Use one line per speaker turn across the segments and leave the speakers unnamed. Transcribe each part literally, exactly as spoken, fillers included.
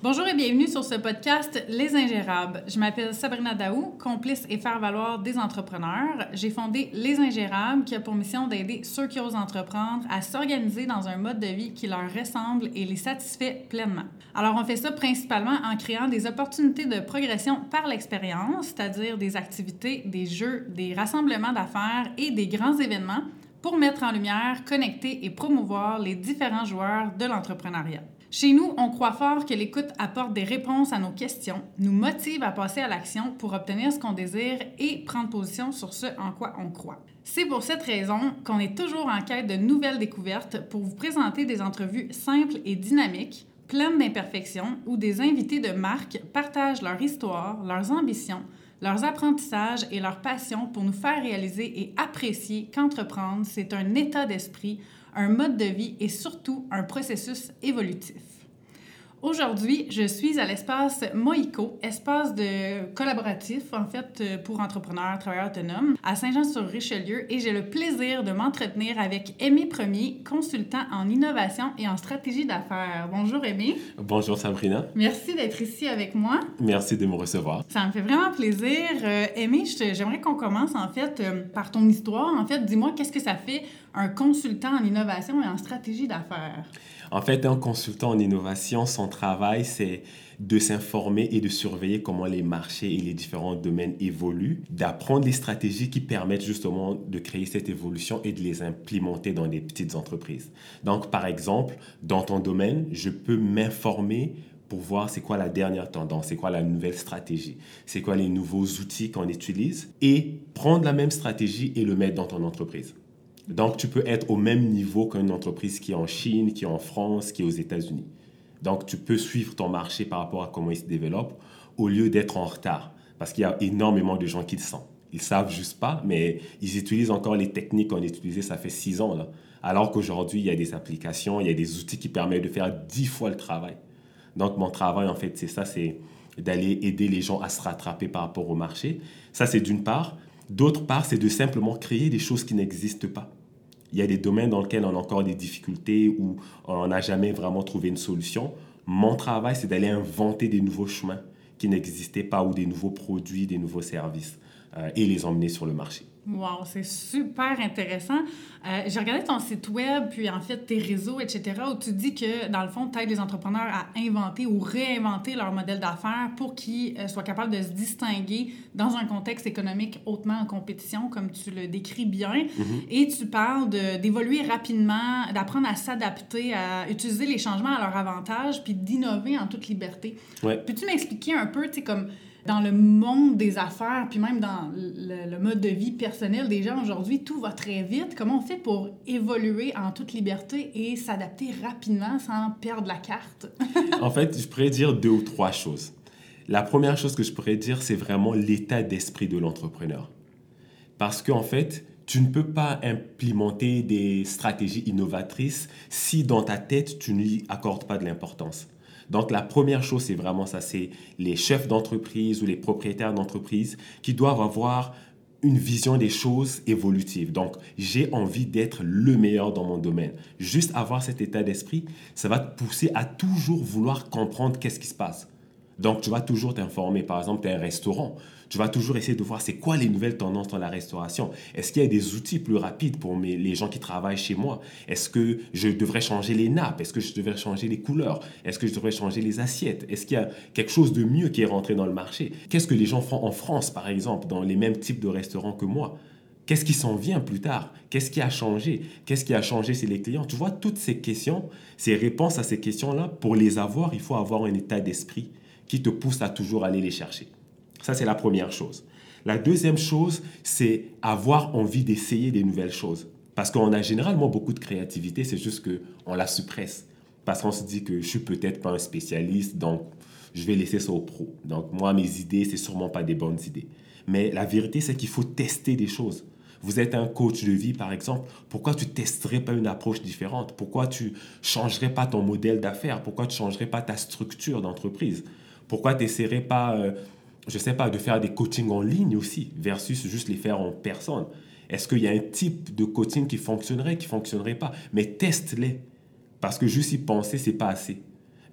Bonjour et bienvenue sur ce podcast Les Ingérables. Je m'appelle Sabrina Daou, complice et faire-valoir des entrepreneurs. J'ai fondé Les Ingérables qui a pour mission d'aider ceux qui osent entreprendre à s'organiser dans un mode de vie qui leur ressemble et les satisfait pleinement. Alors on fait ça principalement en créant des opportunités de progression par l'expérience, c'est-à-dire des activités, des jeux, des rassemblements d'affaires et des grands événements pour mettre en lumière, connecter et promouvoir les différents joueurs de l'entrepreneuriat. Chez nous, on croit fort que l'écoute apporte des réponses à nos questions, nous motive à passer à l'action pour obtenir ce qu'on désire et prendre position sur ce en quoi on croit. C'est pour cette raison qu'on est toujours en quête de nouvelles découvertes pour vous présenter des entrevues simples et dynamiques, pleines d'imperfections, où des invités de marque partagent leur histoire, leurs ambitions, leurs apprentissages et leurs passions pour nous faire réaliser et apprécier qu'entreprendre, c'est un état d'esprit, un mode de vie et surtout un processus évolutif. Aujourd'hui, je suis à l'espace Moïco, espace de collaboratif en fait pour entrepreneurs, travailleurs autonomes, à Saint-Jean-sur-Richelieu et j'ai le plaisir de m'entretenir avec Aimé Premier, consultant en innovation et en stratégie d'affaires. Bonjour Aimé.
Bonjour Sabrina.
Merci d'être ici avec moi.
Merci de me recevoir.
Ça me fait vraiment plaisir. Euh, Aimé, je te, j'aimerais qu'on commence en fait euh, par ton histoire. En fait, dis-moi qu'est-ce que ça fait un consultant en innovation et en stratégie d'affaires?
En fait, un consultant en innovation, son travail, c'est de s'informer et de surveiller comment les marchés et les différents domaines évoluent, d'apprendre les stratégies qui permettent justement de créer cette évolution et de les implémenter dans des petites entreprises. Donc, par exemple, dans ton domaine, je peux m'informer pour voir c'est quoi la dernière tendance, c'est quoi la nouvelle stratégie, c'est quoi les nouveaux outils qu'on utilise et prendre la même stratégie et le mettre dans ton entreprise. Donc, tu peux être au même niveau qu'une entreprise qui est en Chine, qui est en France, qui est aux États-Unis. Donc, tu peux suivre ton marché par rapport à comment il se développe au lieu d'être en retard. Parce qu'il y a énormément de gens qui le sentent. Ils ne savent juste pas, mais ils utilisent encore les techniques qu'on utilisait ça fait six ans. Là. Alors qu'aujourd'hui, il y a des applications, il y a des outils qui permettent de faire dix fois le travail. Donc, mon travail, en fait, c'est ça, c'est d'aller aider les gens à se rattraper par rapport au marché. Ça, c'est d'une part. D'autre part, c'est de simplement créer des choses qui n'existent pas. Il y a des domaines dans lesquels on a encore des difficultés où on n'a jamais vraiment trouvé une solution. Mon travail, c'est d'aller inventer des nouveaux chemins qui n'existaient pas ou des nouveaux produits, des nouveaux services euh, et les emmener sur le marché.
Wow, c'est super intéressant. Euh, j'ai regardé ton site web, puis en fait tes réseaux, et cetera, où tu dis que, dans le fond, tu aides les entrepreneurs à inventer ou réinventer leur modèle d'affaires pour qu'ils euh, soient capables de se distinguer dans un contexte économique hautement en compétition, comme tu le décris bien. Mm-hmm. Et tu parles de, d'évoluer rapidement, d'apprendre à s'adapter, à utiliser les changements à leur avantage, puis d'innover en toute liberté.
Ouais.
Peux-tu m'expliquer un peu, tu sais, comme... dans le monde des affaires, puis même dans le, le mode de vie personnel des gens aujourd'hui, tout va très vite. Comment on fait pour évoluer en toute liberté et s'adapter rapidement sans perdre la carte?
En fait, je pourrais dire deux ou trois choses. La première chose que je pourrais dire, c'est vraiment l'état d'esprit de l'entrepreneur. Parce qu'en fait, tu ne peux pas implémenter des stratégies innovatrices si dans ta tête, tu n'y accordes pas de l'importance. Donc, la première chose, c'est vraiment ça, c'est les chefs d'entreprise ou les propriétaires d'entreprise qui doivent avoir une vision des choses évolutives. Donc, j'ai envie d'être le meilleur dans mon domaine. Juste avoir cet état d'esprit, ça va te pousser à toujours vouloir comprendre qu'est-ce qui se passe. Donc, tu vas toujours t'informer. Par exemple, tu es un restaurant. Tu vas toujours essayer de voir c'est quoi les nouvelles tendances dans la restauration. Est-ce qu'il y a des outils plus rapides pour mes, les gens qui travaillent chez moi? Est-ce que je devrais changer les nappes? Est-ce que je devrais changer les couleurs? Est-ce que je devrais changer les assiettes? Est-ce qu'il y a quelque chose de mieux qui est rentré dans le marché? Qu'est-ce que les gens font en France, par exemple, dans les mêmes types de restaurants que moi? Qu'est-ce qui s'en vient plus tard? Qu'est-ce qui a changé? Qu'est-ce qui a changé chez les clients? Tu vois, toutes ces questions, ces réponses à ces questions-là, pour les avoir, il faut avoir un état d'esprit qui te pousse à toujours aller les chercher. Ça, c'est la première chose. La deuxième chose, c'est avoir envie d'essayer des nouvelles choses. Parce qu'on a généralement beaucoup de créativité, c'est juste qu'on la suppresse. Parce qu'on se dit que je suis peut-être pas un spécialiste, donc je vais laisser ça aux pros. Donc moi, mes idées, c'est sûrement pas des bonnes idées. Mais la vérité, c'est qu'il faut tester des choses. Vous êtes un coach de vie, par exemple. Pourquoi tu ne testerais pas une approche différente? Pourquoi tu ne changerais pas ton modèle d'affaires? Pourquoi tu ne changerais pas ta structure d'entreprise? Pourquoi tu n'essaierais pas... Euh, je ne sais pas, de faire des coachings en ligne aussi, versus juste les faire en personne. Est-ce qu'il y a un type de coaching qui fonctionnerait, qui ne fonctionnerait pas? Mais teste-les, parce que juste y penser, ce n'est pas assez.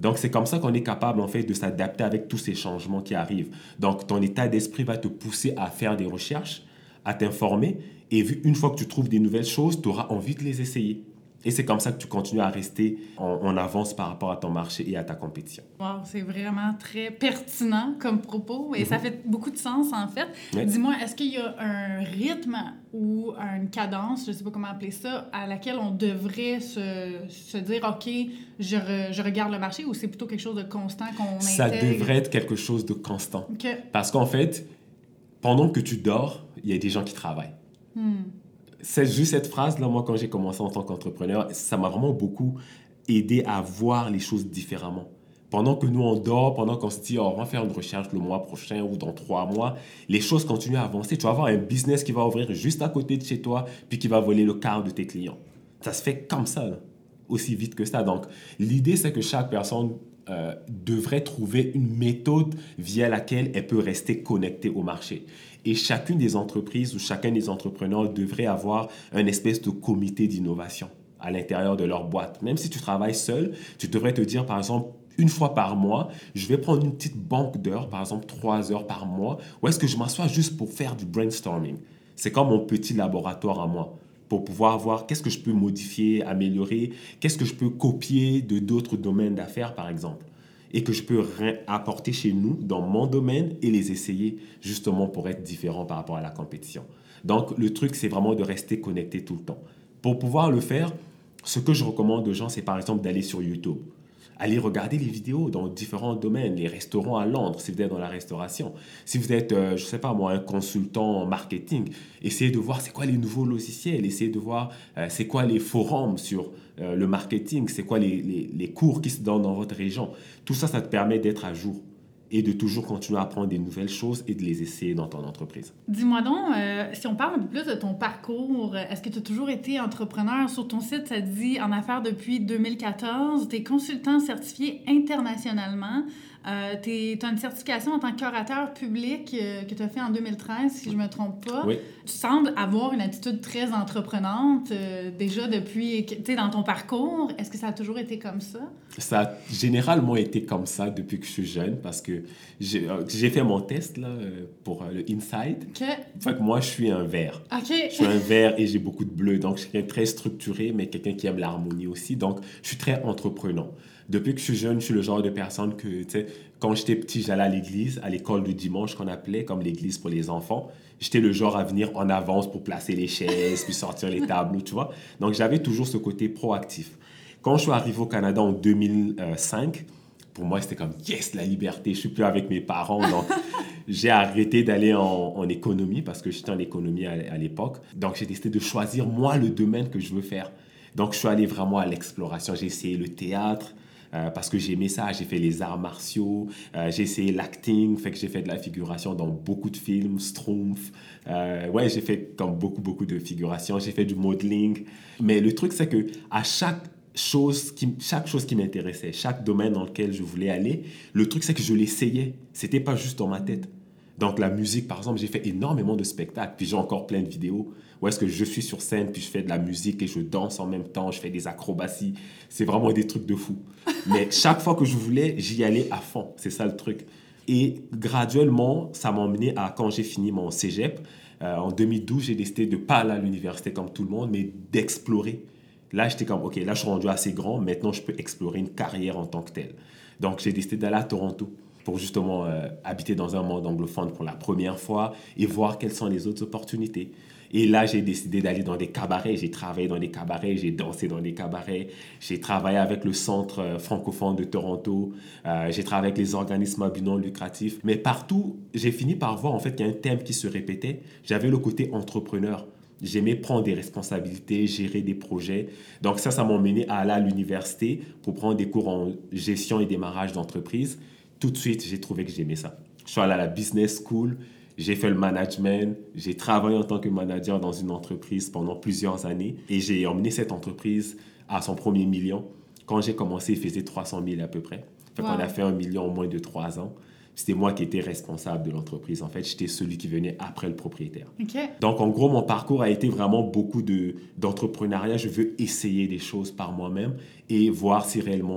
Donc, c'est comme ça qu'on est capable, en fait, de s'adapter avec tous ces changements qui arrivent. Donc, ton état d'esprit va te pousser à faire des recherches, à t'informer. Et vu, une fois que tu trouves des nouvelles choses, tu auras envie de les essayer. Et c'est comme ça que tu continues à rester en, en avance par rapport à ton marché et à ta compétition.
Wow, c'est vraiment très pertinent comme propos et mm-hmm. ça fait beaucoup de sens en fait.
Oui.
Dis-moi, est-ce qu'il y a un rythme ou une cadence, je ne sais pas comment appeler ça, à laquelle on devrait se, se dire « OK, je, re, je regarde le marché » ou c'est plutôt quelque chose de constant qu'on intègre?
Ça devrait être quelque chose de constant.
Okay.
Parce qu'en fait, pendant que tu dors, il y a des gens qui travaillent.
Hmm.
C'est juste cette phrase-là, moi, quand j'ai commencé en tant qu'entrepreneur, ça m'a vraiment beaucoup aidé à voir les choses différemment. Pendant que nous, on dort, pendant qu'on se dit, oh, on va faire une recherche le mois prochain ou dans trois mois, les choses continuent à avancer. Tu vas avoir un business qui va ouvrir juste à côté de chez toi, puis qui va voler le quart de tes clients. Ça se fait comme ça, là, aussi vite que ça. Donc, l'idée, c'est que chaque personne euh, devrait trouver une méthode via laquelle elle peut rester connectée au marché. Et chacune des entreprises ou chacun des entrepreneurs devrait avoir un espèce de comité d'innovation à l'intérieur de leur boîte. Même si tu travailles seul, tu devrais te dire, par exemple, une fois par mois, je vais prendre une petite banque d'heures, par exemple trois heures par mois, où est-ce que je m'assois juste pour faire du brainstorming. C'est comme mon petit laboratoire à moi, pour pouvoir voir qu'est-ce que je peux modifier, améliorer, qu'est-ce que je peux copier de d'autres domaines d'affaires, par exemple, et que je peux apporter chez nous, dans mon domaine, et les essayer justement pour être différent par rapport à la compétition. Donc, le truc, c'est vraiment de rester connecté tout le temps. Pour pouvoir le faire, ce que je recommande aux gens, c'est par exemple d'aller sur YouTube. Allez regarder les vidéos dans différents domaines, les restaurants à Londres, si vous êtes dans la restauration. Si vous êtes, euh, je ne sais pas moi, un consultant en marketing, essayez de voir c'est quoi les nouveaux logiciels, essayez de voir euh, c'est quoi les forums sur euh, le marketing, c'est quoi les, les, les cours qui se donnent dans votre région. Tout ça, ça te permet d'être à jour et de toujours continuer à apprendre des nouvelles choses et de les essayer dans ton entreprise.
Dis-moi donc, euh, si on parle un peu plus de ton parcours, est-ce que tu as toujours été entrepreneur? Sur ton site, ça dit en affaires depuis deux mille quatorze. Tu es consultant certifié internationalement. Euh, tu as une certification en tant qu'orateur public euh, que tu as fait en deux mille treize, si je ne me trompe pas.
Oui.
Tu sembles avoir une attitude très entreprenante euh, déjà depuis, tu sais, dans ton parcours. Est-ce que ça a toujours été comme ça?
Ça a généralement été comme ça depuis que je suis jeune parce que j'ai, euh, j'ai fait mon test là, euh, pour euh, le Insight.
OK.
En fait, moi, je suis un vert.
OK.
Je suis un vert et j'ai beaucoup de bleu. Donc, je suis quelqu'un de très structuré, mais quelqu'un qui aime l'harmonie aussi. Donc, je suis très entreprenant. Depuis que je suis jeune, je suis le genre de personne que, tu sais, quand j'étais petit, j'allais à l'église, à l'école du dimanche qu'on appelait, comme l'église pour les enfants. J'étais le genre à venir en avance pour placer les chaises, puis sortir les tableaux, tu vois. Donc, j'avais toujours ce côté proactif. Quand je suis arrivé au Canada en deux mille cinq, pour moi, c'était comme « yes, la liberté ». Je suis plus avec mes parents, donc j'ai arrêté d'aller en, en économie parce que j'étais en économie à, à l'époque. Donc, j'ai décidé de choisir, moi, le domaine que je veux faire. Donc, je suis allé vraiment à l'exploration. J'ai essayé le théâtre, Euh, parce que j'aimais ça, j'ai fait les arts martiaux, euh, j'ai essayé l'acting, fait que j'ai fait de la figuration dans beaucoup de films, Schtroumpf, euh, ouais, j'ai fait comme beaucoup, beaucoup de figurations, j'ai fait du modeling, mais le truc, c'est que à chaque chose qui, chaque chose qui m'intéressait, chaque domaine dans lequel je voulais aller, le truc, c'est que je l'essayais, c'était pas juste dans ma tête. Donc, la musique, par exemple, j'ai fait énormément de spectacles, puis j'ai encore plein de vidéos où est-ce que je suis sur scène, puis je fais de la musique et je danse en même temps, je fais des acrobaties. C'est vraiment des trucs de fou. Mais chaque fois que je voulais, j'y allais à fond. C'est ça le truc. Et graduellement, ça m'a emmené à, quand j'ai fini mon cégep, euh, en deux mille douze, j'ai décidé de ne pas aller à l'université comme tout le monde, mais d'explorer. Là, j'étais comme, OK, là, je suis rendu assez grand, maintenant, je peux explorer une carrière en tant que telle. Donc, j'ai décidé d'aller à Toronto pour justement euh, habiter dans un monde anglophone pour la première fois et voir quelles sont les autres opportunités. Et là, j'ai décidé d'aller dans des cabarets. J'ai travaillé dans des cabarets, j'ai dansé dans des cabarets. J'ai travaillé avec le Centre euh, francophone de Toronto. Euh, j'ai travaillé avec les organismes à but non lucratif. Mais partout, j'ai fini par voir en fait qu'il y a un thème qui se répétait. J'avais le côté entrepreneur. J'aimais prendre des responsabilités, gérer des projets. Donc ça, ça m'a mené à aller à l'université pour prendre des cours en gestion et démarrage d'entreprise. Tout de suite, j'ai trouvé que j'aimais ça. Je suis allé à la business school, j'ai fait le management, j'ai travaillé en tant que manager dans une entreprise pendant plusieurs années et j'ai emmené cette entreprise à son premier million. Quand j'ai commencé, il faisait trois cent mille à peu près. Fait wow. qu'on a fait un million en moins de trois ans. C'était moi qui étais responsable de l'entreprise. En fait, j'étais celui qui venait après le propriétaire.
Okay.
Donc, en gros, mon parcours a été vraiment beaucoup de, d'entrepreneuriat. Je veux essayer des choses par moi-même et voir si réellement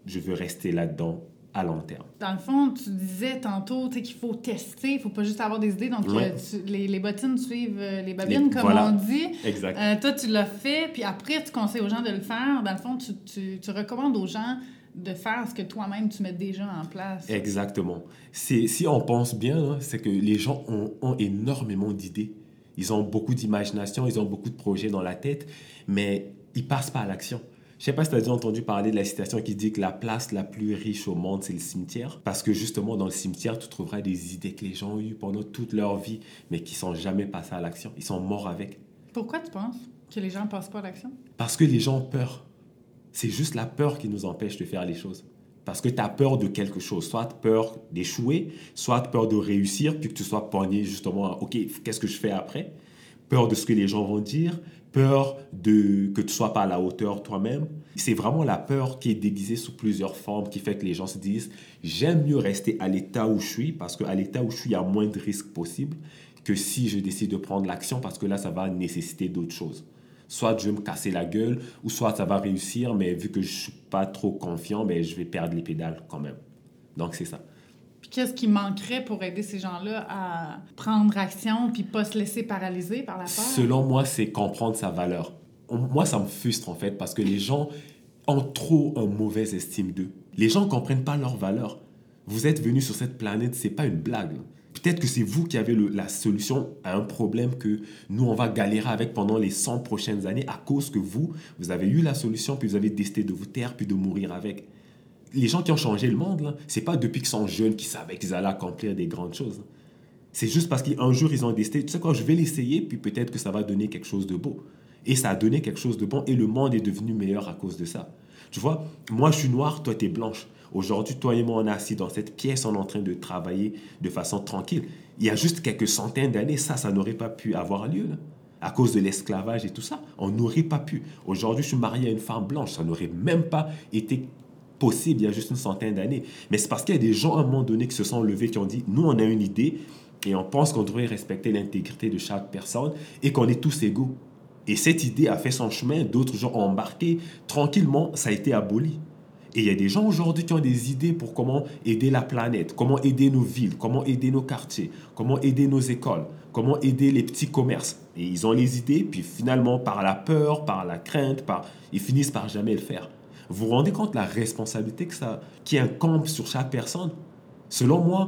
je veux rester là-dedans à long terme.
Dans le fond, tu disais tantôt qu'il faut tester, il ne faut pas juste avoir des idées. Donc, ouais. euh, tu, les, les bottines suivent euh, les babines, les, comme voilà. on dit.
Exact.
Euh, toi, tu l'as fait, puis après, tu conseilles aux gens de le faire. Dans le fond, tu, tu, tu recommandes aux gens de faire ce que toi-même, tu mets déjà en place.
Exactement. C'est, si on pense bien, hein, c'est que les gens ont, ont énormément d'idées. Ils ont beaucoup d'imagination, ils ont beaucoup de projets dans la tête, mais ils ne passent pas à l'action. Je ne sais pas si tu as déjà entendu parler de la citation qui dit que la place la plus riche au monde, c'est le cimetière. Parce que justement, dans le cimetière, tu trouveras des idées que les gens ont eues pendant toute leur vie, mais qui ne sont jamais passées à l'action. Ils sont morts avec.
Pourquoi tu penses que les gens ne passent pas à l'action?
Parce que les gens ont peur. C'est juste la peur qui nous empêche de faire les choses. Parce que tu as peur de quelque chose. Soit peur d'échouer, soit peur de réussir, puis que tu sois pogné justement à « OK, qu'est-ce que je fais après ?» Peur de ce que les gens vont dire, peur de que tu ne sois pas à la hauteur toi-même. C'est vraiment la peur qui est déguisée sous plusieurs formes qui fait que les gens se disent « J'aime mieux rester à l'état où je suis parce qu'à l'état où je suis, il y a moins de risques possibles que si je décide de prendre l'action parce que là, ça va nécessiter d'autres choses. » Soit je vais me casser la gueule, ou soit ça va réussir, mais vu que je ne suis pas trop confiant, ben, je vais perdre les pédales quand même. Donc, c'est ça.
Puis qu'est-ce qui manquerait pour aider ces gens-là à prendre action puis pas se laisser paralyser par la peur?
Selon moi, c'est comprendre sa valeur. Moi, ça me frustre, en fait, parce que les gens ont trop une mauvaise estime d'eux. Les gens ne comprennent pas leur valeur. Vous êtes venus sur cette planète, ce n'est pas une blague, là. Peut-être que c'est vous qui avez le, la solution à un problème que nous, on va galérer avec pendant les cent prochaines années à cause que vous, vous avez eu la solution, puis vous avez décidé de vous taire, puis de mourir avec. Les gens qui ont changé le monde, ce n'est pas depuis qu'ils sont jeunes qu'ils savaient qu'ils allaient accomplir des grandes choses. C'est juste parce qu'un jour, ils ont décidé, tu sais quoi, je vais l'essayer, puis peut-être que ça va donner quelque chose de beau. Et ça a donné quelque chose de bon, et le monde est devenu meilleur à cause de ça. Tu vois, moi, je suis noire, toi, tu es blanche. Aujourd'hui, toi et moi, on est assis dans cette pièce, on est en train de travailler de façon tranquille. Il y a juste quelques centaines d'années, ça, ça n'aurait pas pu avoir lieu, là. À cause de l'esclavage et tout ça, on n'aurait pas pu. Aujourd'hui, je suis marié à une femme blanche, ça n'aurait même pas été possible il y a juste une centaine d'années. Mais c'est parce qu'il y a des gens, à un moment donné, qui se sont levés, qui ont dit, nous, on a une idée et on pense qu'on devrait respecter l'intégrité de chaque personne et qu'on est tous égaux. Et cette idée a fait son chemin, d'autres gens ont embarqué. Tranquillement, ça a été aboli. Et il y a des gens aujourd'hui qui ont des idées pour comment aider la planète, comment aider nos villes, comment aider nos quartiers, comment aider nos écoles, comment aider les petits commerces. Et ils ont les idées, puis finalement, par la peur, par la crainte, par... ils finissent par jamais le faire. Vous vous rendez compte de la responsabilité que ça... qui incombe sur chaque personne? Selon moi,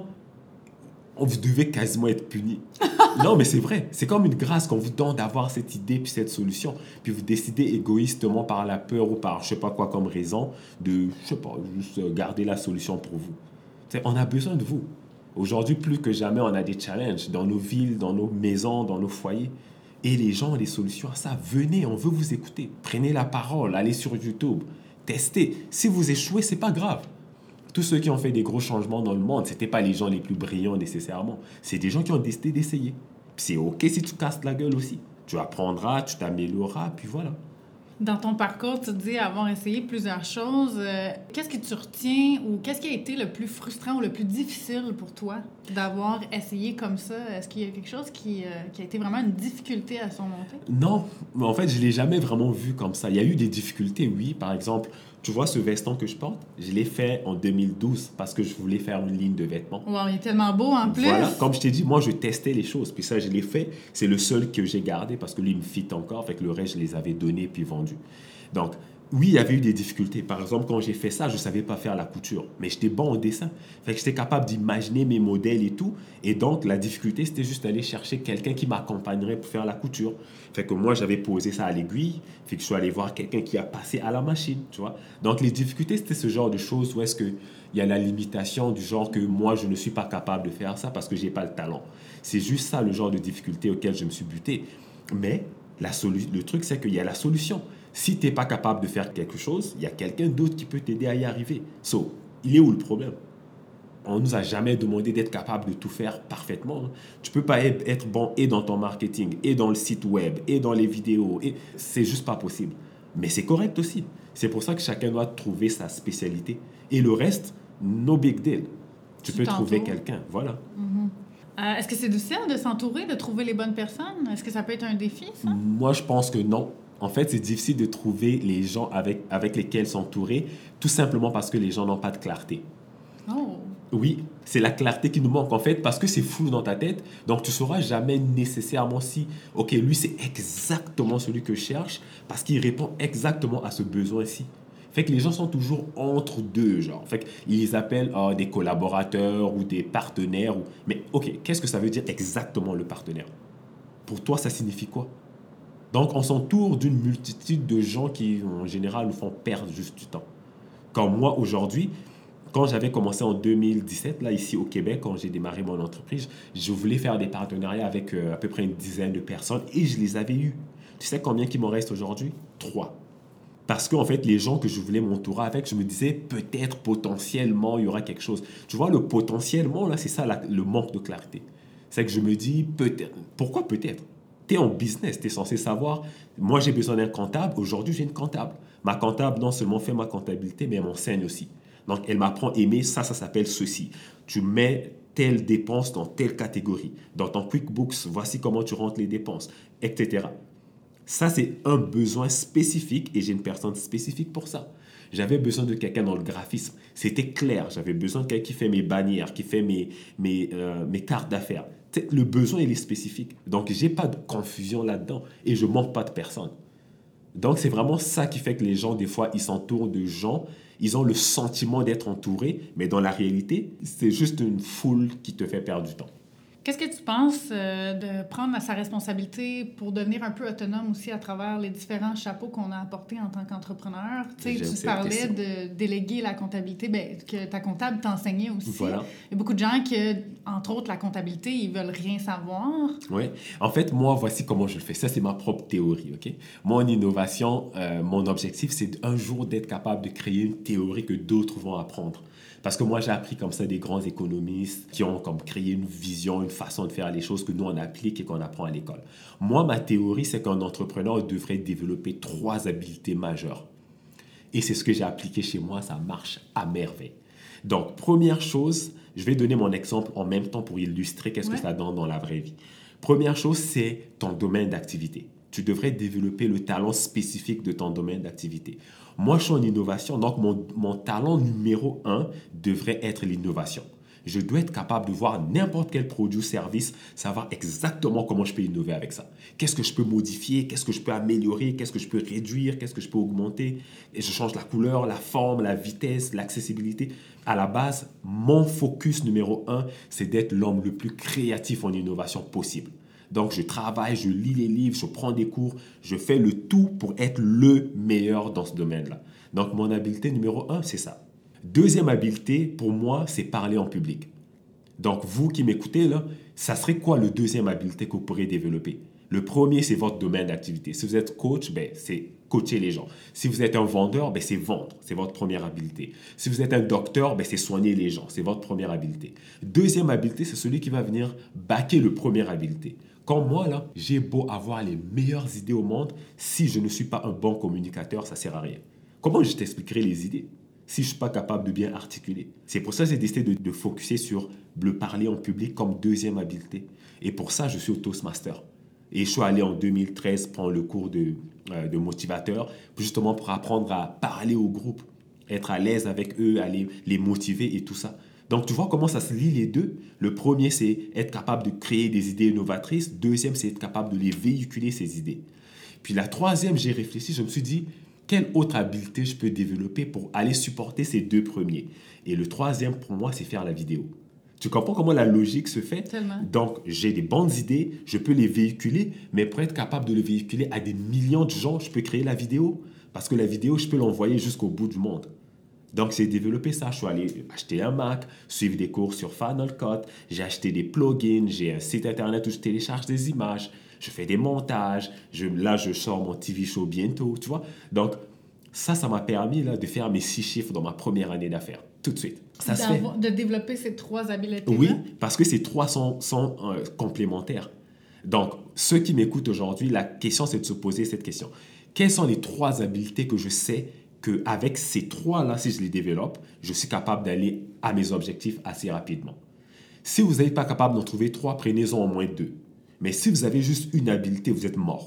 vous devez quasiment être puni. Non, mais c'est vrai. C'est comme une grâce qu'on vous donne d'avoir cette idée puis cette solution. Puis vous décidez égoïstement par la peur ou par je sais pas quoi comme raison de, je sais pas, juste garder la solution pour vous. T'sais, on a besoin de vous. Aujourd'hui, plus que jamais, on a des challenges dans nos villes, dans nos maisons, dans nos foyers. Et les gens ont des solutions à ça. Venez, on veut vous écouter. Prenez la parole, allez sur YouTube, testez. Si vous échouez, c'est pas grave. Tous ceux qui ont fait des gros changements dans le monde, ce n'étaient pas les gens les plus brillants nécessairement. C'est des gens qui ont décidé d'essayer. Puis c'est OK si tu casses la gueule aussi. Tu apprendras, tu t'amélioreras, puis voilà.
Dans ton parcours, tu dis avoir essayé plusieurs choses. Euh, qu'est-ce que tu retiens ou qu'est-ce qui a été le plus frustrant ou le plus difficile pour toi d'avoir essayé comme ça? Est-ce qu'il y a quelque chose qui, euh, qui a été vraiment une difficulté à surmonter?
Non, mais en fait, je ne l'ai jamais vraiment vu comme ça. Il y a eu des difficultés, oui. Par exemple, tu vois ce veston que je porte? Je l'ai fait en deux mille douze parce que je voulais faire une ligne de vêtements.
Wow, il est tellement beau en plus!
Voilà, comme je t'ai dit, moi, je testais les choses. Puis ça, je l'ai fait. C'est le seul que j'ai gardé parce que lui, il me fit encore. Fait que le reste, je les avais donnés puis vendus. Donc, oui, il y avait eu des difficultés. Par exemple, quand j'ai fait ça, je ne savais pas faire la couture. Mais j'étais bon au dessin. Fait que j'étais capable d'imaginer mes modèles et tout. Et donc, la difficulté, c'était juste d'aller chercher quelqu'un qui m'accompagnerait pour faire la couture. Fait que moi, j'avais posé ça à l'aiguille. Fait que je suis allé voir quelqu'un qui a passé à la machine, tu vois. Donc, les difficultés, c'était ce genre de choses où est-ce qu'il y a la limitation du genre que moi, je ne suis pas capable de faire ça parce que je n'ai pas le talent. C'est juste ça, le genre de difficulté auquel je me suis buté. Mais la solu- le truc, c'est qu'il y a la solution. Si tu n'es pas capable de faire quelque chose, il y a quelqu'un d'autre qui peut t'aider à y arriver. So, il est où le problème? On ne nous a jamais demandé d'être capable de tout faire parfaitement. Tu ne peux pas être bon et dans ton marketing, et dans le site web, et dans les vidéos. Et c'est juste pas possible. Mais c'est correct aussi. C'est pour ça que chacun doit trouver sa spécialité. Et le reste, no big deal. Tu, tu peux t'entoures. Trouver quelqu'un. Voilà.
Mm-hmm. Euh, est-ce que c'est difficile de s'entourer, de trouver les bonnes personnes? Est-ce que ça peut être un défi, ça?
Moi, je pense que non. En fait, c'est difficile de trouver les gens avec, avec lesquels s'entourer, tout simplement parce que les gens n'ont pas de clarté.
Oh.
Oui, c'est la clarté qui nous manque en fait, parce que c'est flou dans ta tête, donc tu ne sauras jamais nécessairement si, ok, lui c'est exactement celui que je cherche, parce qu'il répond exactement à ce besoin-ci. Fait que les gens sont toujours entre deux, genre. Fait qu'ils les appellent oh, des collaborateurs ou des partenaires. Ou... Mais ok, qu'est-ce que ça veut dire exactement le partenaire? Pour toi, ça signifie quoi? Donc, on s'entoure d'une multitude de gens qui, en général, nous font perdre juste du temps. Comme moi, aujourd'hui, quand j'avais commencé en deux mille dix-sept, là, ici au Québec, quand j'ai démarré mon entreprise, je voulais faire des partenariats avec euh, à peu près une dizaine de personnes et je les avais eus. Tu sais combien il m'en reste aujourd'hui? Trois. Parce qu'en fait, les gens que je voulais m'entourer avec, je me disais peut-être potentiellement il y aura quelque chose. Tu vois, le potentiellement, là, c'est ça la, le manque de clarté. C'est que je me dis peut-être. Pourquoi peut-être? Tu es en business, tu es censé savoir. Moi, j'ai besoin d'un comptable. Aujourd'hui, j'ai une comptable. Ma comptable, non seulement fait ma comptabilité, mais elle m'enseigne aussi. Donc, elle m'apprend à aimer ça, ça s'appelle ceci. Tu mets telle dépense dans telle catégorie. Dans ton QuickBooks, voici comment tu rentres les dépenses, et cetera. Ça, c'est un besoin spécifique et j'ai une personne spécifique pour ça. J'avais besoin de quelqu'un dans le graphisme. C'était clair. J'avais besoin de quelqu'un qui fait mes bannières, qui fait mes, mes, euh, mes cartes d'affaires. Le besoin, il est spécifique. Donc, je n'ai pas de confusion là-dedans et je ne manque pas de personne. Donc, c'est vraiment ça qui fait que les gens, des fois, ils s'entourent de gens. Ils ont le sentiment d'être entourés, mais dans la réalité, c'est juste une foule qui te fait perdre du temps.
Qu'est-ce que tu penses euh, de prendre sa responsabilité pour devenir un peu autonome aussi à travers les différents chapeaux qu'on a apportés en tant qu'entrepreneur? Tu sais, tu parlais de déléguer la comptabilité, bien, que ta comptable t'enseignait aussi.
Voilà.
Il y a beaucoup de gens qui, entre autres, la comptabilité, ils veulent rien savoir.
Oui. En fait, moi, voici comment je le fais. Ça, c'est ma propre théorie, OK? Moi, en innovation, euh, mon objectif, c'est un jour d'être capable de créer une théorie que d'autres vont apprendre. Parce que moi, j'ai appris comme ça des grands économistes qui ont comme créé une vision, une façon de faire les choses que nous, on applique et qu'on apprend à l'école. Moi, ma théorie, c'est qu'un entrepreneur devrait développer trois habiletés majeures. Et c'est ce que j'ai appliqué chez moi, ça marche à merveille. Donc, première chose, je vais donner mon exemple en même temps pour illustrer qu'est-ce ouais. que ça donne dans la vraie vie. Première chose, c'est ton domaine d'activité. Tu devrais développer le talent spécifique de ton domaine d'activité. Moi, je suis en innovation, donc mon, mon talent numéro un devrait être l'innovation. Je dois être capable de voir n'importe quel produit ou service, savoir exactement comment je peux innover avec ça. Qu'est-ce que je peux modifier, qu'est-ce que je peux améliorer, qu'est-ce que je peux réduire, qu'est-ce que je peux augmenter. Et je change la couleur, la forme, la vitesse, l'accessibilité. À la base, mon focus numéro un, c'est d'être l'homme le plus créatif en innovation possible. Donc, je travaille, je lis les livres, je prends des cours, je fais le tout pour être le meilleur dans ce domaine-là. Donc, mon habileté numéro un, c'est ça. Deuxième habileté, pour moi, c'est parler en public. Donc, vous qui m'écoutez, là, ça serait quoi le deuxième habileté que vous pourrez développer? Le premier, c'est votre domaine d'activité. Si vous êtes coach, ben, c'est coacher les gens. Si vous êtes un vendeur, ben, c'est vendre. C'est votre première habileté. Si vous êtes un docteur, ben, c'est soigner les gens. C'est votre première habileté. Deuxième habileté, c'est celui qui va venir backer le premier habileté. Comme moi, là, j'ai beau avoir les meilleures idées au monde, si je ne suis pas un bon communicateur, ça ne sert à rien. Comment je t'expliquerai les idées si je ne suis pas capable de bien articuler? C'est pour ça que j'ai décidé de, de focuser sur le parler en public comme deuxième habileté. Et pour ça, je suis au Toastmaster. Et je suis allé en deux mille treize prendre le cours de, euh, de motivateur, justement pour apprendre à parler au groupe, être à l'aise avec eux, à les, les motiver et tout ça. Donc, tu vois comment ça se lie les deux. Le premier, c'est être capable de créer des idées innovatrices. Deuxième, c'est être capable de les véhiculer, ces idées. Puis la troisième, j'ai réfléchi, je me suis dit, quelle autre habileté je peux développer pour aller supporter ces deux premiers? Et le troisième, pour moi, c'est faire la vidéo. Tu comprends comment la logique se fait?
Tellement.
Donc, j'ai des bonnes idées, je peux les véhiculer, mais pour être capable de les véhiculer à des millions de gens, je peux créer la vidéo. Parce que la vidéo, je peux l'envoyer jusqu'au bout du monde. Donc, j'ai développé ça. Je suis allé acheter un Mac, suivre des cours sur Final Cut, j'ai acheté des plugins, j'ai un site internet où je télécharge des images, je fais des montages, je, là, je sors mon T V show bientôt, tu vois. Donc, ça, ça m'a permis là, de faire mes six chiffres dans ma première année d'affaires, tout de suite. Ça se fait.
De développer ces trois habiletés-là?
Oui, parce que ces trois sont, sont euh, complémentaires. Donc, ceux qui m'écoutent aujourd'hui, la question, c'est de se poser cette question. Quelles sont les trois habiletés que je sais qu'avec ces trois-là, si je les développe, je suis capable d'aller à mes objectifs assez rapidement? Si vous n'êtes pas capable d'en trouver trois, prenez-en au moins deux. Mais si vous avez juste une habileté, vous êtes mort.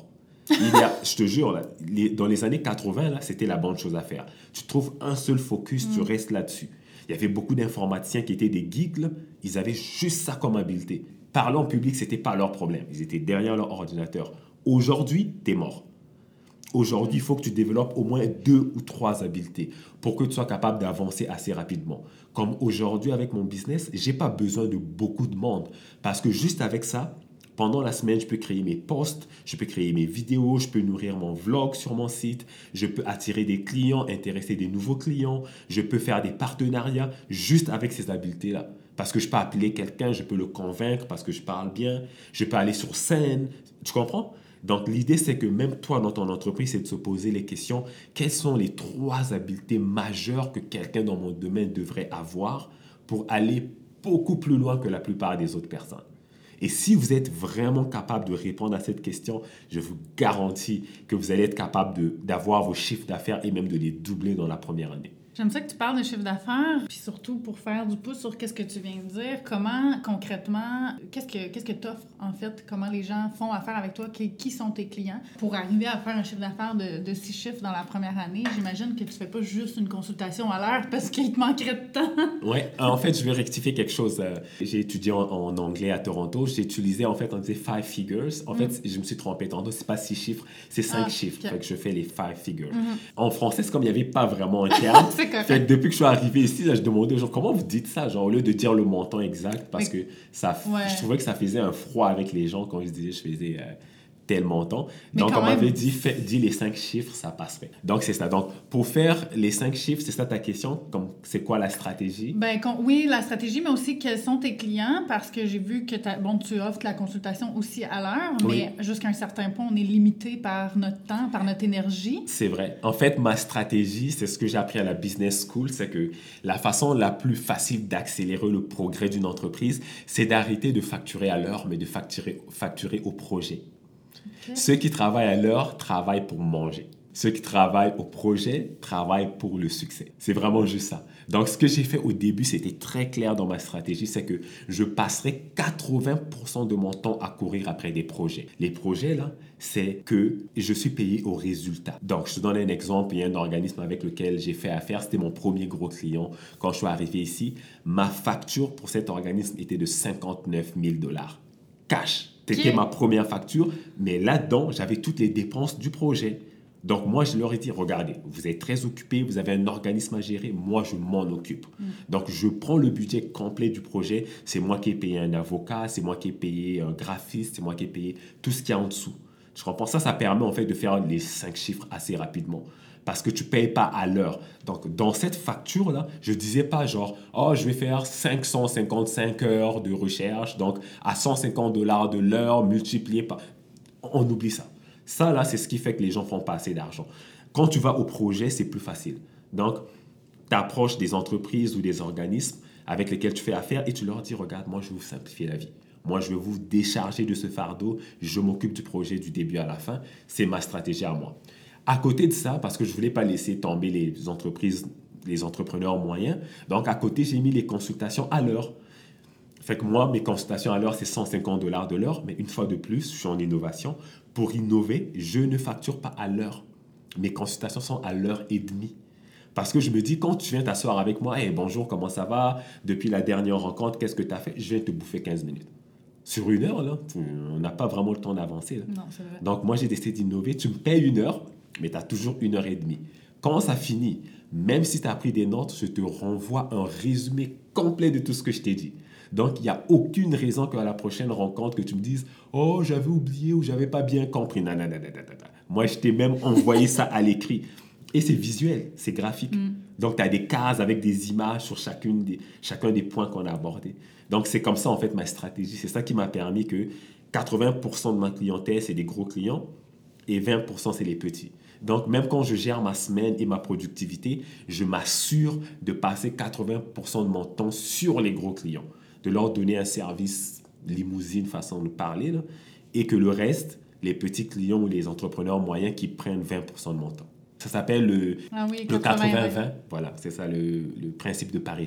Il y a, je te jure, là, les, dans les années quatre-vingts, là, c'était la bonne chose à faire. Tu trouves un seul focus, mm. tu restes là-dessus. Il y avait beaucoup d'informaticiens qui étaient des geeks, là, ils avaient juste ça comme habileté. Parler en public, ce n'était pas leur problème. Ils étaient derrière leur ordinateur. Aujourd'hui, tu es mort. Aujourd'hui, il faut que tu développes au moins deux ou trois habiletés pour que tu sois capable d'avancer assez rapidement. Comme aujourd'hui, avec mon business, je n'ai pas besoin de beaucoup de monde parce que juste avec ça, pendant la semaine, je peux créer mes posts, je peux créer mes vidéos, je peux nourrir mon vlog sur mon site, je peux attirer des clients, intéresser des nouveaux clients, je peux faire des partenariats juste avec ces habiletés-là. Parce que je peux appeler quelqu'un, je peux le convaincre parce que je parle bien, je peux aller sur scène, tu comprends? Donc, l'idée, c'est que même toi, dans ton entreprise, c'est de se poser les questions. Quelles sont les trois habiletés majeures que quelqu'un dans mon domaine devrait avoir pour aller beaucoup plus loin que la plupart des autres personnes? Et si vous êtes vraiment capable de répondre à cette question, je vous garantis que vous allez être capable de, d'avoir vos chiffres d'affaires et même de les doubler dans la première année.
J'aime ça que tu parles de chiffre d'affaires, puis surtout pour faire du pouce sur qu'est-ce que tu viens de dire. Comment, concrètement, qu'est-ce que qu'est-ce que tu offres, en fait? Comment les gens font affaire avec toi? Qui, qui sont tes clients? Pour arriver à faire un chiffre d'affaires de, de six chiffres dans la première année, j'imagine que tu fais pas juste une consultation à l'heure parce qu'il te manquerait de temps.
Oui, en fait, je vais rectifier quelque chose. J'ai étudié en, en anglais à Toronto. J'ai utilisé, en fait, on disait five figures. En mm. fait, je me suis trompé. Tantôt, c'est pas six chiffres, c'est cinq ah, chiffres. Okay. Fait que je fais les five figures. Mm-hmm. En français, c'est comme il n'y avait pas vraiment un terme.
C'est correct.
Fait que depuis que je suis arrivé ici, là, je demandais aux gens comment vous dites ça, genre au lieu de dire le montant exact, parce que ça, ouais. je trouvais que ça faisait un froid avec les gens quand je disais je faisais euh, tel montant. Mais donc on même... m'avait dit fait, dis les cinq chiffres, ça passerait. Donc c'est ça. Donc pour faire les cinq chiffres, c'est ça ta question, comme c'est quoi la stratégie?
Ben con... oui, la stratégie, mais aussi quels sont tes clients, parce que j'ai vu que bon, tu offres la consultation aussi à l'heure, oui. mais jusqu'à un certain point, on est limité par notre temps, par notre énergie.
C'est vrai. En fait, ma stratégie, c'est ce que j'ai appris à la business school, c'est que la façon la plus facile d'accélérer le progrès d'une entreprise, c'est d'arrêter de facturer à l'heure, mais de facturer, facturer au projet. Okay. Ceux qui travaillent à l'heure travaillent pour manger. Ceux qui travaillent au projet travaillent pour le succès. C'est vraiment juste ça. Donc, ce que j'ai fait au début, c'était très clair dans ma stratégie, c'est que je passerai quatre-vingts pour cent de mon temps à courir après des projets. Les projets, là, c'est que je suis payé au résultat. Donc, je te donne un exemple. Il y a un organisme avec lequel j'ai fait affaire. C'était mon premier gros client. Quand je suis arrivé ici, ma facture pour cet organisme était de cinquante-neuf mille dollars. Cash. C'était ma première facture, mais là-dedans, j'avais toutes les dépenses du projet. Donc, moi, je leur ai dit, regardez, vous êtes très occupés, vous avez un organisme à gérer, moi, je m'en occupe. Mm. Donc, je prends le budget complet du projet. C'est moi qui ai payé un avocat, c'est moi qui ai payé un graphiste, c'est moi qui ai payé tout ce qu'il y a en dessous. Je comprends ça, ça permet en fait de faire les cinq chiffres assez rapidement. Parce que tu ne payes pas à l'heure. Donc, dans cette facture-là, je ne disais pas genre, oh, je vais faire cinq cent cinquante-cinq heures de recherche, donc à cent cinquante dollars de l'heure multiplié par... On oublie ça. Ça, là, c'est ce qui fait que les gens ne font pas assez d'argent. Quand tu vas au projet, c'est plus facile. Donc, tu approches des entreprises ou des organismes avec lesquels tu fais affaire et tu leur dis, regarde, moi, je vais vous simplifier la vie. Moi, je vais vous décharger de ce fardeau. Je m'occupe du projet du début à la fin. C'est ma stratégie à moi. À côté de ça, parce que je ne voulais pas laisser tomber les entreprises, les entrepreneurs moyens, donc à côté, j'ai mis les consultations à l'heure. Fait que moi, mes consultations à l'heure, c'est cent cinquante dollars de l'heure, mais une fois de plus, je suis en innovation. Pour innover, je ne facture pas à l'heure. Mes consultations sont à l'heure et demie. Parce que je me dis, quand tu viens t'asseoir avec moi, hey, bonjour, comment ça va? Depuis la dernière rencontre, qu'est-ce que tu as fait? Je viens te bouffer quinze minutes. Sur une heure, là, on n'a pas vraiment le temps d'avancer. Là.
Non, c'est vrai.
Donc, moi, j'ai décidé d'innover. Tu me payes une heure, mais tu as toujours une heure et demie. Quand ça finit, même si tu as pris des notes, je te renvoie un résumé complet de tout ce que je t'ai dit. Donc, il n'y a aucune raison qu'à la prochaine rencontre, que tu me dises « Oh, j'avais oublié ou j'avais pas bien compris. » Non, non, non, non, non, non. Moi, je t'ai même envoyé ça à l'écrit. Et c'est visuel, c'est graphique. Mm. Donc, tu as des cases avec des images sur chacune des, chacun des points qu'on a abordés. Donc, c'est comme ça, en fait, ma stratégie. C'est ça qui m'a permis que quatre-vingts pour cent de ma clientèle, c'est des gros clients et vingt pour cent, c'est les petits. Donc, même quand je gère ma semaine et ma productivité, je m'assure de passer quatre-vingts pour cent de mon temps sur les gros clients, de leur donner un service limousine, façon de parler, là, et que le reste, les petits clients ou les entrepreneurs moyens qui prennent vingt pour cent de mon temps. Ça s'appelle le,
ah oui,
le quatre-vingts vingt. Voilà, c'est ça le, le principe de Pareto.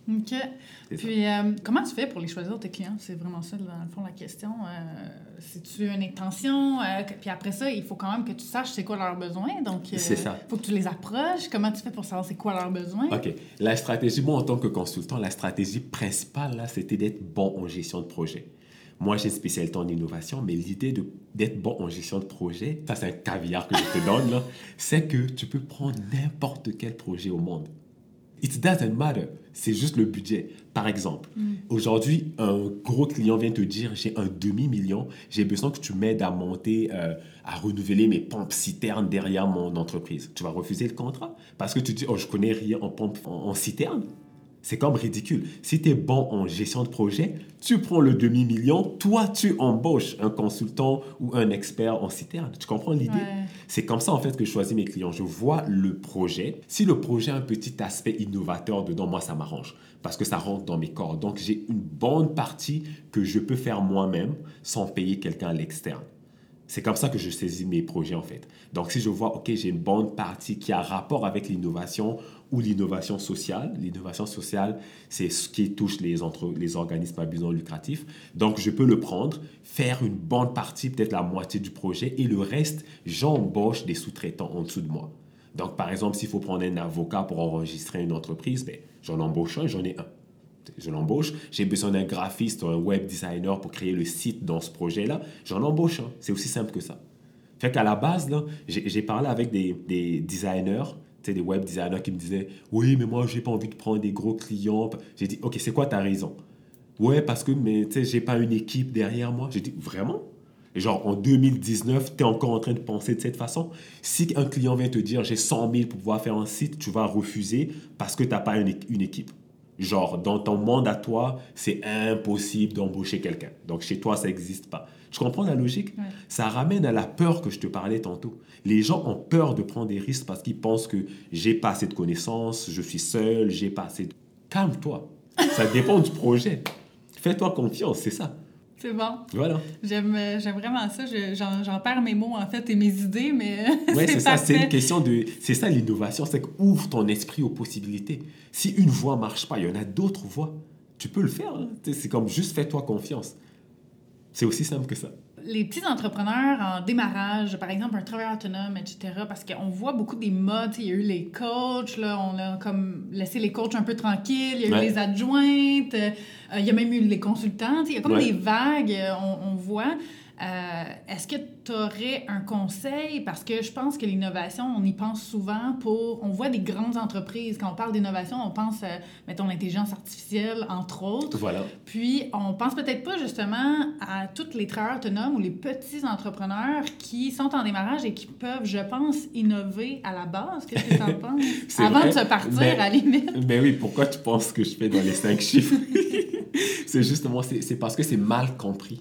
OK. Puis, euh, comment tu fais pour les choisir, tes clients? C'est vraiment ça, dans le fond, la question. Euh, c'est-tu une intention? Euh, puis après ça, il faut quand même que tu saches c'est quoi leurs besoins. Donc, euh,
c'est ça.
Il faut que tu les approches. Comment tu fais pour savoir c'est quoi leurs besoins?
OK. La stratégie, moi, en tant que consultant, la stratégie principale, là, c'était d'être bon en gestion de projet. Moi, j'ai une spécialité en innovation, mais l'idée de, d'être bon en gestion de projet, ça, c'est un caviar que je te donne, là, c'est que tu peux prendre n'importe quel projet au monde. It doesn't matter. C'est juste le budget. Par exemple, mm. aujourd'hui, un gros client vient te dire, j'ai un demi-million, j'ai besoin que tu m'aides à monter, euh, à renouveler mes pompes citernes derrière mon entreprise. Tu vas refuser le contrat parce que tu dis, oh, je connais rien en pompes en, en citerne. C'est comme ridicule. Si tu es bon en gestion de projet, tu prends le demi-million, toi, tu embauches un consultant ou un expert en citerne. Tu comprends l'idée?
Ouais.
C'est comme ça, en fait, que je choisis mes clients. Je vois le projet. Si le projet a un petit aspect innovateur dedans, moi, ça m'arrange parce que ça rentre dans mes corps. Donc, j'ai une bonne partie que je peux faire moi-même sans payer quelqu'un à l'externe. C'est comme ça que je saisis mes projets, en fait. Donc, si je vois, OK, j'ai une bonne partie qui a rapport avec l'innovation ou l'innovation sociale. L'innovation sociale, c'est ce qui touche les, entre, les organismes à but non lucratif. Donc, je peux le prendre, faire une bonne partie, peut-être la moitié du projet, et le reste, j'embauche des sous-traitants en dessous de moi. Donc, par exemple, s'il faut prendre un avocat pour enregistrer une entreprise, ben, j'en embauche un, j'en ai un. Je l'embauche. J'ai besoin d'un graphiste ou un web designer pour créer le site dans ce projet-là. J'en embauche un. C'est aussi simple que ça. Fait qu'à la base, là, j'ai, j'ai parlé avec des, des designers, des web designers qui me disaient « Oui, mais moi, je n'ai pas envie de prendre des gros clients. » J'ai dit « OK, c'est quoi ta raison? » « Ouais, parce que je n'ai pas une équipe derrière moi. » J'ai dit « Vraiment? » Et genre, en deux mille dix-neuf, tu es encore en train de penser de cette façon. Si un client vient te dire « J'ai cent mille pour pouvoir faire un site », tu vas refuser parce que tu n'as pas une, une équipe. Genre, dans ton monde à toi, c'est impossible d'embaucher quelqu'un. Donc, chez toi, ça n'existe pas. Tu comprends la logique? Ouais. Ça ramène à la peur que je te parlais tantôt. Les gens ont peur de prendre des risques parce qu'ils pensent que j'ai pas assez de connaissances, je suis seul, j'ai pas assez de... Calme-toi. Ça dépend du projet. Fais-toi confiance, c'est ça.
C'est bon.
Voilà.
J'aime, j'aime vraiment ça. Je, j'en, j'en perds mes mots, en fait, et mes idées, mais
ouais,
c'est,
c'est ça. C'est une question de... C'est ça, l'innovation. C'est qu'ouvre ton esprit aux possibilités. Si une voie ne marche pas, il y en a d'autres voies. Tu peux le faire. Hein? C'est comme juste fais-toi confiance. C'est aussi simple que ça.
Les petits entrepreneurs en démarrage, par exemple un travailleur autonome, et cetera, parce qu'on voit beaucoup des modes. Il y a eu les coachs, là, on a comme laissé les coachs un peu tranquilles, il y a eu ouais. les adjointes, euh, il y a même eu les consultants. Il y a comme ouais. des vagues, on, on voit. Euh, est-ce que tu aurais un conseil? Parce que je pense que l'innovation, on y pense souvent pour... On voit des grandes entreprises. Quand on parle d'innovation, on pense, euh, mettons, l'intelligence artificielle, entre autres.
Voilà.
Puis, on pense peut-être pas, justement, à tous les travailleurs autonomes ou les petits entrepreneurs qui sont en démarrage et qui peuvent, je pense, innover à la base. Qu'est-ce que tu en penses? Avant vrai, de se partir, mais, à la limite.
Mais oui, pourquoi tu penses que je fais dans les cinq chiffres? C'est justement, c'est, c'est parce que c'est mal compris.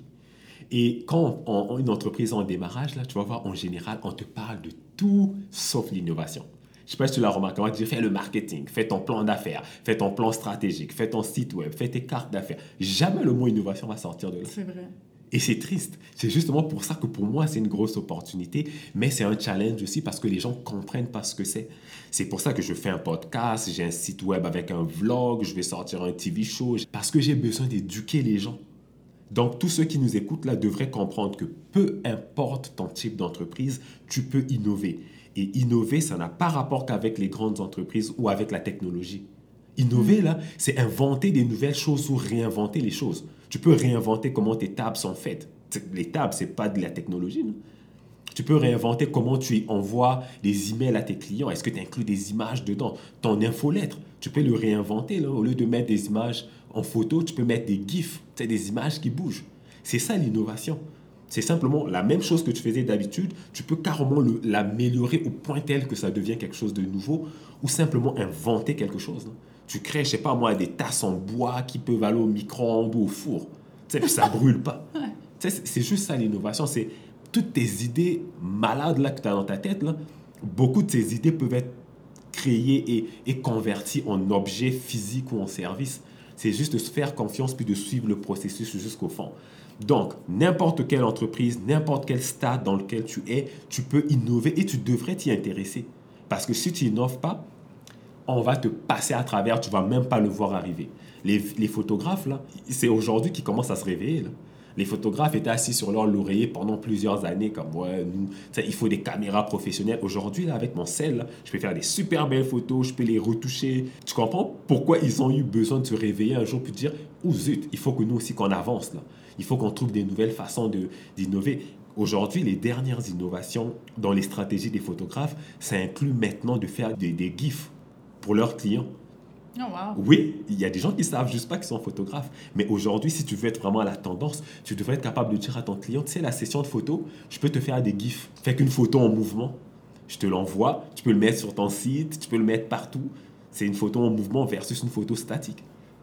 Et quand on, on, une entreprise est en démarrage, là, tu vas voir, en général, on te parle de tout sauf l'innovation. Je ne sais pas si tu l'as remarqué, on va te dire, fais le marketing, fais ton plan d'affaires, fais ton plan stratégique, fais ton site web, fais tes cartes d'affaires. Jamais le mot innovation va sortir de là.
C'est vrai.
Et c'est triste. C'est justement pour ça que pour moi, c'est une grosse opportunité, mais c'est un challenge aussi parce que les gens ne comprennent pas ce que c'est. C'est pour ça que je fais un podcast, j'ai un site web avec un vlog, je vais sortir un T V show, parce que j'ai besoin d'éduquer les gens. Donc, tous ceux qui nous écoutent là devraient comprendre que peu importe ton type d'entreprise, tu peux innover. Et innover, ça n'a pas rapport qu'avec les grandes entreprises ou avec la technologie. Innover, là, c'est inventer des nouvelles choses ou réinventer les choses. Tu peux réinventer comment tes tables sont faites. Les tables, ce n'est pas de la technologie, non? Tu peux réinventer comment tu envoies des emails à tes clients. Est-ce que tu inclus des images dedans? Ton infolettre, tu peux le réinventer. Là. Au lieu de mettre des images en photo, tu peux mettre des gifs, des images qui bougent. C'est ça l'innovation. C'est simplement la même chose que tu faisais d'habitude. Tu peux carrément le, l'améliorer au point tel que ça devient quelque chose de nouveau ou simplement inventer quelque chose. Non? Tu crées, je ne sais pas moi, des tasses en bois qui peuvent aller au micro-ondes ou au four. Tu sais, puis ça ne brûle pas. Tu sais, c'est juste ça l'innovation. C'est toutes tes idées malades là, que tu as dans ta tête, là, beaucoup de ces idées peuvent être créées et, et converties en objets physiques ou en services. C'est juste de se faire confiance puis de suivre le processus jusqu'au fond. Donc, n'importe quelle entreprise, n'importe quel stade dans lequel tu es, tu peux innover et tu devrais t'y intéresser. Parce que si tu n'innoves pas, on va te passer à travers, tu ne vas même pas le voir arriver. Les, les photographes, là, c'est aujourd'hui qu'ils commencent à se réveiller. Là. Les photographes étaient assis sur leur laurier pendant plusieurs années, comme ouais, nous, il faut des caméras professionnelles. Aujourd'hui, là, avec mon cell, là, je peux faire des super belles photos, je peux les retoucher. Tu comprends pourquoi ils ont eu besoin de se réveiller un jour puis de dire oh zut, il faut que nous aussi qu'on avance là. Il faut qu'on trouve des nouvelles façons de, d'innover. Aujourd'hui, les dernières innovations dans les stratégies des photographes, ça inclut maintenant de faire des, des GIFs pour leurs clients.
Oh wow.
Oui, il y a des gens qui ne savent juste pas qu'ils sont photographes. Mais aujourd'hui, si tu veux être vraiment à la tendance, tu devrais être capable de dire à ton client, tu sais, la session de photo, je peux te faire des GIFs. Fais qu'une photo en mouvement. Je te l'envoie, tu peux le mettre sur ton site, tu peux le mettre partout. C'est une photo en mouvement versus une photo statique.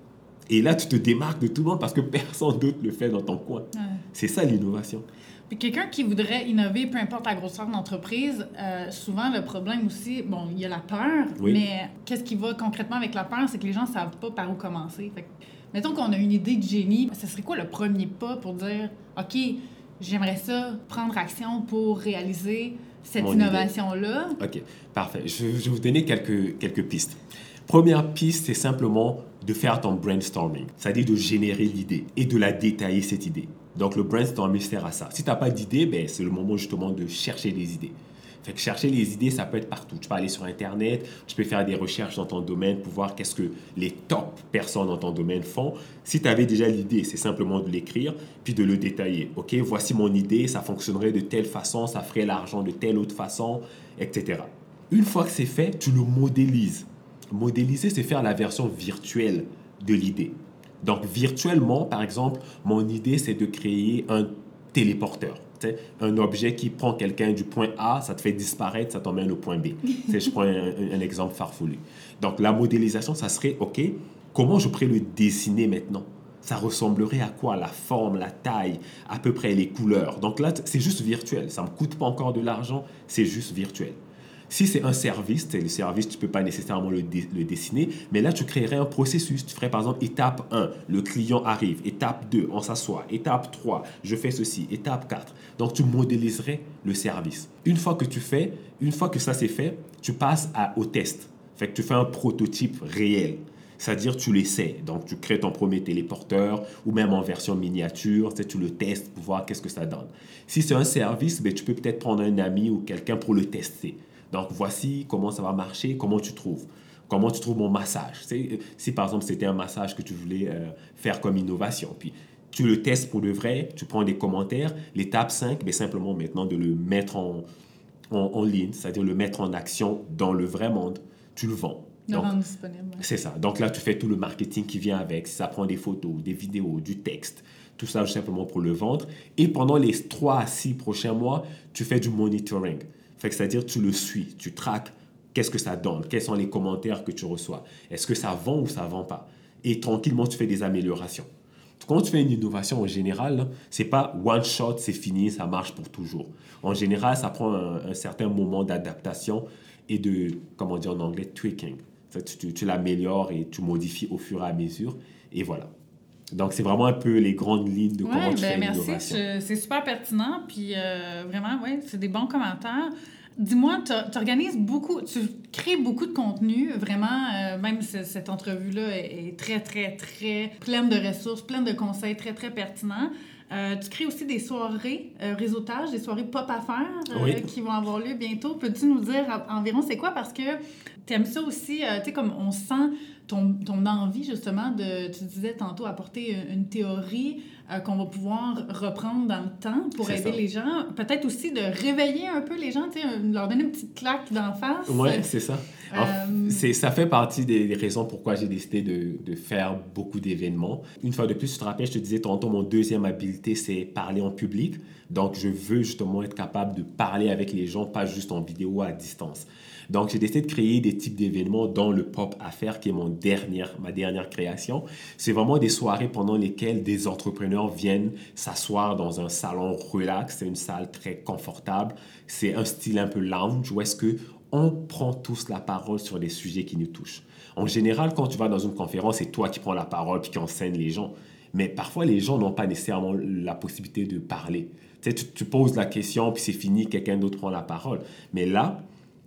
Et là, tu te démarques de tout le monde parce que personne d'autre le fait dans ton coin. Ouais. C'est ça l'innovation.
Puis quelqu'un qui voudrait innover, peu importe la grosseur de l'entreprise, euh, souvent le problème aussi, bon, il y a la peur, oui. mais qu'est-ce qui va concrètement avec la peur, c'est que les gens ne savent pas par où commencer. Fait que, mettons qu'on a une idée de génie, ce serait quoi le premier pas pour dire, OK, j'aimerais ça, prendre action pour réaliser cette Mon innovation-là?
Idée. OK, parfait. Je, je vais vous donner quelques, quelques pistes. Première piste, c'est simplement de faire ton brainstorming, c'est-à-dire de générer l'idée et de la détailler, cette idée. Donc, le brainstorming sert à ça. Si tu n'as pas d'idée, ben, c'est le moment justement de chercher des idées. Fait que chercher les idées, ça peut être partout. Tu peux aller sur Internet, tu peux faire des recherches dans ton domaine pour voir qu'est-ce que les top personnes dans ton domaine font. Si tu avais déjà l'idée, c'est simplement de l'écrire puis de le détailler. OK, voici mon idée, ça fonctionnerait de telle façon, ça ferait l'argent de telle autre façon, et cetera. Une fois que c'est fait, tu le modélises. Modéliser, c'est faire la version virtuelle de l'idée. Donc, virtuellement, par exemple, mon idée, c'est de créer un téléporteur. Un objet qui prend quelqu'un du point A, ça te fait disparaître, ça t'emmène au point B. Je prends un, un exemple farfelu. Donc, la modélisation, ça serait, OK, comment je pourrais le dessiner maintenant? Ça ressemblerait à quoi? La forme, la taille, à peu près les couleurs. Donc là, c'est juste virtuel. Ça ne me coûte pas encore de l'argent, c'est juste virtuel. Si c'est un service, le service, tu ne peux pas nécessairement le, dé- le dessiner, mais là, tu créerais un processus. Tu ferais par exemple étape un, le client arrive. Étape deux, on s'assoit. Étape trois, je fais ceci. Étape quatre. Donc, tu modéliserais le service. Une fois que tu fais, une fois que ça c'est fait, tu passes à, au test. Fait que tu fais un prototype réel. C'est-à-dire, tu l'essaies. Donc, tu crées ton premier téléporteur ou même en version miniature. Tu sais, tu le testes pour voir qu'est-ce que ça donne. Si c'est un service, ben, tu peux peut-être prendre un ami ou quelqu'un pour le tester. Donc, voici comment ça va marcher, comment tu trouves. Comment tu trouves mon massage. Si, si par exemple, c'était un massage que tu voulais euh, faire comme innovation, puis tu le testes pour de vrai, tu prends des commentaires. L'étape cinq, bien simplement maintenant de le mettre en, en, en ligne, c'est-à-dire le mettre en action dans le vrai monde. Tu le vends.
Le rendre disponible. Ouais.
C'est ça. Donc là, tu fais tout le marketing qui vient avec. Si ça prend des photos, des vidéos, du texte, tout ça simplement pour le vendre. Et pendant les trois à six prochains mois, tu fais du monitoring. Fait que c'est-à-dire tu le suis, tu traques qu'est-ce que ça donne, quels sont les commentaires que tu reçois, est-ce que ça vend ou ça ne vend pas. Et tranquillement, tu fais des améliorations. Quand tu fais une innovation en général, ce n'est pas one shot, c'est fini, ça marche pour toujours. En général, ça prend un, un certain moment d'adaptation et de, comment dire en anglais, tweaking. Tu, tu, tu l'améliores et tu modifies au fur et à mesure et voilà. Donc, c'est vraiment un peu les grandes lignes de
ouais,
comment tu
ben
fais
merci,
l'innovation.
Je, c'est super pertinent. Puis euh, vraiment, oui, c'est des bons commentaires. Dis-moi, tu organises beaucoup, tu crées beaucoup de contenu. Vraiment, euh, même c- cette entrevue-là est, est très, très, très pleine de ressources, pleine de conseils très, très pertinents. Euh, tu crées aussi des soirées euh, réseautage, des soirées pop affaires euh,
Oui.
qui vont avoir lieu bientôt. Peux-tu nous dire à, environ c'est quoi? Parce que tu aimes ça aussi, euh, tu sais, comme on sent ton, ton envie justement de, tu disais tantôt, apporter une, une théorie euh, qu'on va pouvoir reprendre dans le temps pour
C'est
aider
ça.
les gens. Peut-être aussi de réveiller un peu les gens, tu sais, leur donner une petite claque d'en face.
Oui, c'est ça.
Euh...
C'est, ça fait partie des, des raisons pourquoi j'ai décidé de, de faire beaucoup d'événements. Une fois de plus, tu te rappelles, je te disais tantôt, mon deuxième habileté, c'est parler en public. Donc, je veux justement être capable de parler avec les gens, pas juste en vidéo à distance. Donc, j'ai décidé de créer des types d'événements dont le Pop Affaires, qui est mon dernière, ma dernière création. C'est vraiment des soirées pendant lesquelles des entrepreneurs viennent s'asseoir dans un salon relax. C'est une salle très confortable. C'est un style un peu lounge où est-ce que on prend tous la parole sur des sujets qui nous touchent. En général, quand tu vas dans une conférence, c'est toi qui prends la parole puis qui enseigne les gens. Mais parfois, les gens n'ont pas nécessairement la possibilité de parler. Tu sais, tu, tu poses la question puis c'est fini, quelqu'un d'autre prend la parole. Mais là,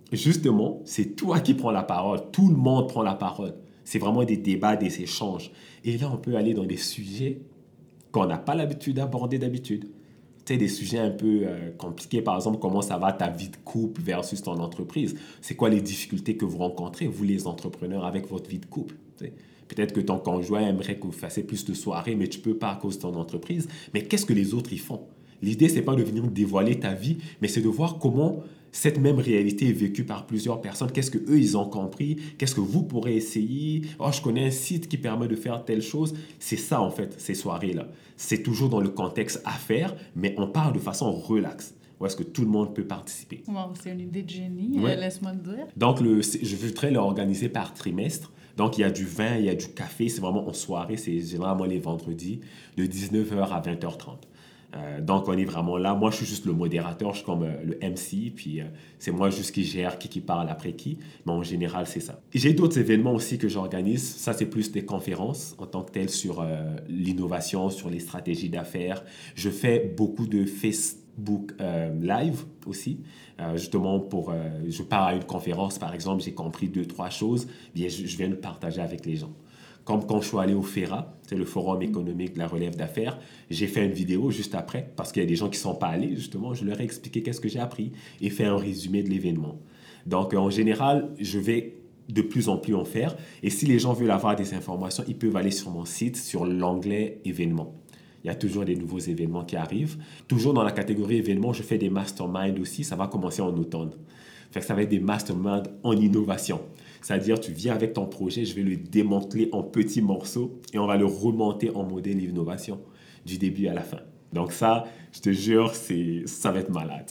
justement, c'est toi qui prends la parole. Tout le monde prend la parole. C'est vraiment des débats, des échanges. Et là, on peut aller dans des sujets qu'on n'a pas l'habitude d'aborder d'habitude. Tu sais, des sujets un peu euh, compliqués, par exemple, comment ça va ta vie de couple versus ton entreprise. C'est quoi les difficultés que vous rencontrez, vous les entrepreneurs, avec votre vie de couple. Tu sais. Peut-être que ton conjoint aimerait que vous fassiez plus de soirées, mais tu ne peux pas à cause de ton entreprise. Mais qu'est-ce que les autres y font? L'idée, ce n'est pas de venir dévoiler ta vie, mais c'est de voir comment cette même réalité est vécue par plusieurs personnes. Qu'est-ce qu'eux, ils ont compris? Qu'est-ce que vous pourrez essayer? Oh, je connais un site qui permet de faire telle chose. C'est ça, en fait, ces soirées-là. C'est toujours dans le contexte affaires, mais on parle de façon relaxe. Où est-ce que tout le monde peut participer?
Wow, c'est une idée de génie,
ouais.
euh, laisse-moi te dire.
Donc, le, je voudrais l'organiser par trimestre. Donc, il y a du vin, il y a du café. C'est vraiment en soirée. C'est généralement les vendredis, de dix-neuf heures à vingt heures trente. Euh, donc, on est vraiment là. Moi, je suis juste le modérateur, je suis comme euh, le M C, puis euh, c'est moi juste qui gère qui qui parle après qui. Mais en général, c'est ça. J'ai d'autres événements aussi que j'organise. Ça, c'est plus des conférences en tant que telles sur euh, l'innovation, sur les stratégies d'affaires. Je fais beaucoup de Facebook euh, Live aussi, euh, justement pour... Euh, je pars à une conférence, par exemple, j'ai compris deux, trois choses, bien, je, je viens de partager avec les gens. Comme quand je suis allé au FERA, c'est le Forum économique de la relève d'affaires, j'ai fait une vidéo juste après, parce qu'il y a des gens qui ne sont pas allés, justement, je leur ai expliqué qu'est-ce que j'ai appris et fait un résumé de l'événement. Donc, en général, je vais de plus en plus en faire. Et si les gens veulent avoir des informations, ils peuvent aller sur mon site, sur l'onglet événements. Il y a toujours des nouveaux événements qui arrivent. Toujours dans la catégorie événements, je fais des masterminds aussi. Ça va commencer en automne. Fait que ça va être des masterminds en innovation. C'est-à-dire, tu viens avec ton projet, je vais le démanteler en petits morceaux et on va le remonter en modèle innovation du début à la fin. Donc ça, je te jure, c'est, ça va être malade.